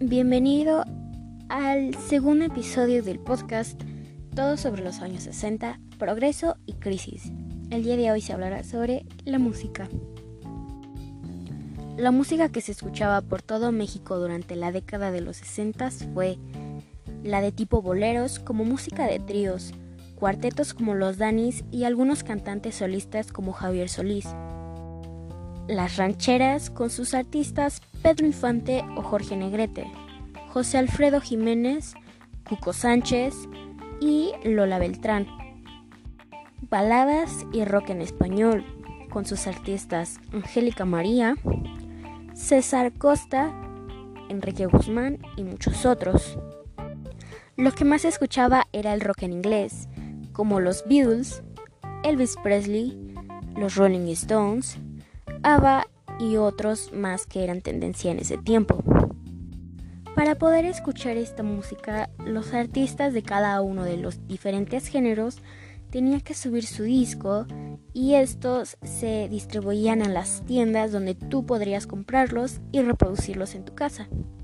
Bienvenido al segundo episodio del podcast Todo sobre los años 60, progreso y crisis. El día de hoy se hablará sobre la música. La música que se escuchaba por todo México durante la década de los 60 fue la de tipo boleros, como música de tríos, cuartetos como los Danis y algunos cantantes solistas como Javier Solís. Las rancheras con sus artistas Pedro Infante o Jorge Negrete, José Alfredo Jiménez, Cuco Sánchez y Lola Beltrán. Baladas y rock en español con sus artistas Angélica María, César Costa, Enrique Guzmán y muchos otros. Lo que más se escuchaba era el rock en inglés, como los Beatles, Elvis Presley, los Rolling Stones, ABBA y otros más que eran tendencia en ese tiempo. Para poder escuchar esta música, los artistas de cada uno de los diferentes géneros tenían que subir su disco y estos se distribuían a las tiendas donde tú podrías comprarlos y reproducirlos en tu casa.